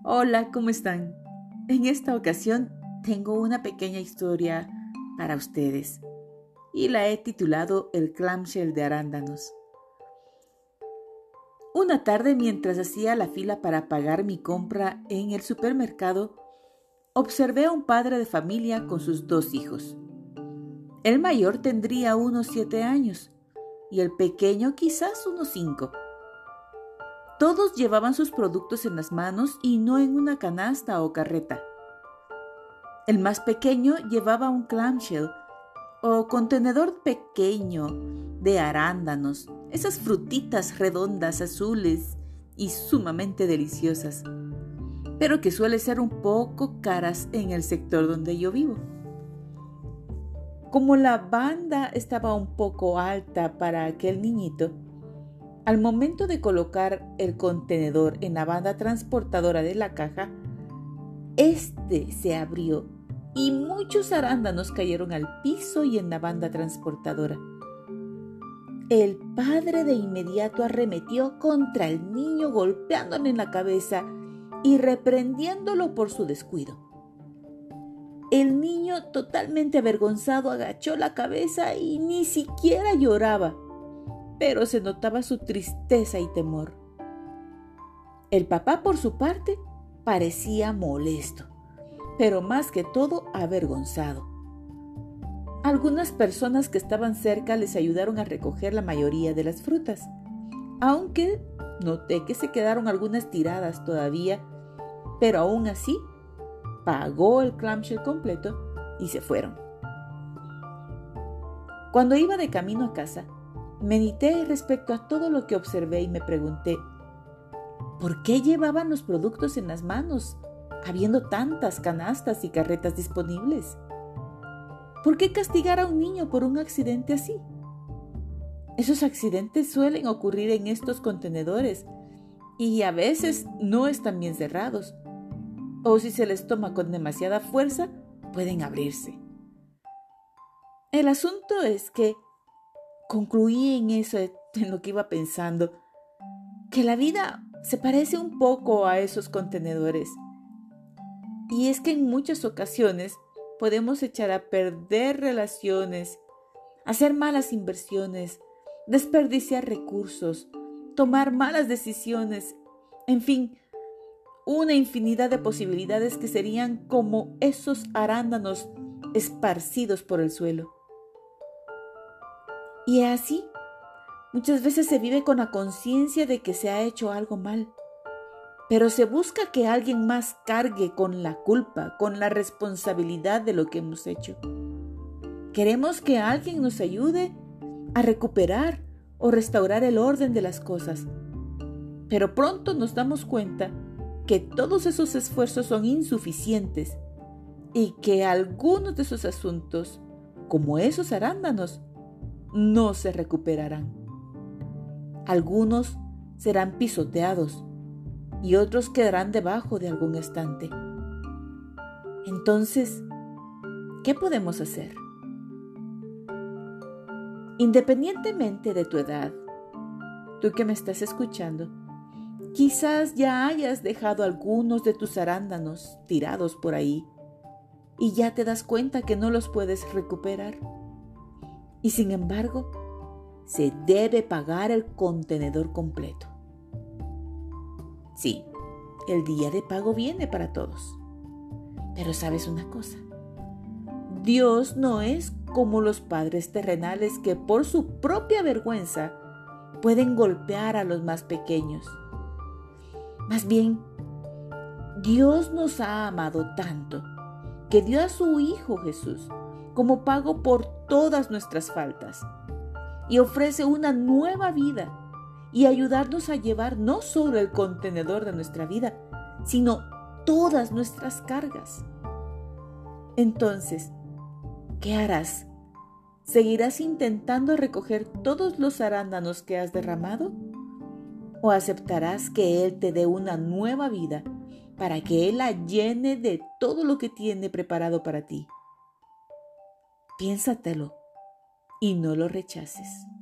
Hola, ¿cómo están? En esta ocasión tengo una pequeña historia para ustedes y la he titulado El clamshell de arándanos. Una tarde, mientras hacía la fila para pagar mi compra en el supermercado, observé a un padre de familia con sus dos hijos. El mayor tendría unos 7 años y el pequeño quizás unos 5. Todos llevaban sus productos en las manos y no en una canasta o carreta. El más pequeño llevaba un clamshell o contenedor pequeño de arándanos, esas frutitas redondas, azules y sumamente deliciosas, pero que suele ser un poco caras en el sector donde yo vivo. Como la banda estaba un poco alta para aquel niñito, al momento de colocar el contenedor en la banda transportadora de la caja, este se abrió y muchos arándanos cayeron al piso y en la banda transportadora. El padre de inmediato arremetió contra el niño golpeándole en la cabeza y reprendiéndolo por su descuido. El niño, totalmente avergonzado, agachó la cabeza y ni siquiera lloraba, pero se notaba su tristeza y temor. El papá, por su parte, parecía molesto, pero más que todo avergonzado. Algunas personas que estaban cerca les ayudaron a recoger la mayoría de las frutas, aunque noté que se quedaron algunas tiradas todavía, pero aún así pagó el clamshell completo y se fueron. Cuando iba de camino a casa, medité respecto a todo lo que observé y me pregunté, ¿por qué llevaban los productos en las manos, habiendo tantas canastas y carretas disponibles? ¿Por qué castigar a un niño por un accidente así? Esos accidentes suelen ocurrir en estos contenedores y a veces no están bien cerrados, o si se les toma con demasiada fuerza, pueden abrirse. El asunto es que concluí en eso, en lo que iba pensando, que la vida se parece un poco a esos contenedores. Y es que en muchas ocasiones podemos echar a perder relaciones, hacer malas inversiones, desperdiciar recursos, tomar malas decisiones, en fin, una infinidad de posibilidades que serían como esos arándanos esparcidos por el suelo. Y así, muchas veces se vive con la conciencia de que se ha hecho algo mal, pero se busca que alguien más cargue con la culpa, con la responsabilidad de lo que hemos hecho. Queremos que alguien nos ayude a recuperar o restaurar el orden de las cosas, pero pronto nos damos cuenta que todos esos esfuerzos son insuficientes y que algunos de esos asuntos, como esos arándanos, no se recuperarán. Algunos serán pisoteados y otros quedarán debajo de algún estante. Entonces, ¿qué podemos hacer? Independientemente de tu edad, tú que me estás escuchando, quizás ya hayas dejado algunos de tus arándanos tirados por ahí y ya te das cuenta que no los puedes recuperar. Y sin embargo, se debe pagar el contenedor completo. Sí, el día de pago viene para todos. Pero ¿sabes una cosa? Dios no es como los padres terrenales que por su propia vergüenza pueden golpear a los más pequeños. Más bien, Dios nos ha amado tanto que dio a su Hijo Jesús como pago por todas nuestras faltas y ofrece una nueva vida y ayudarnos a llevar no solo el contenedor de nuestra vida, sino todas nuestras cargas. Entonces, ¿qué harás? ¿Seguirás intentando recoger todos los arándanos que has derramado? ¿O aceptarás que Él te dé una nueva vida para que Él la llene de todo lo que tiene preparado para ti? Piénsatelo y no lo rechaces.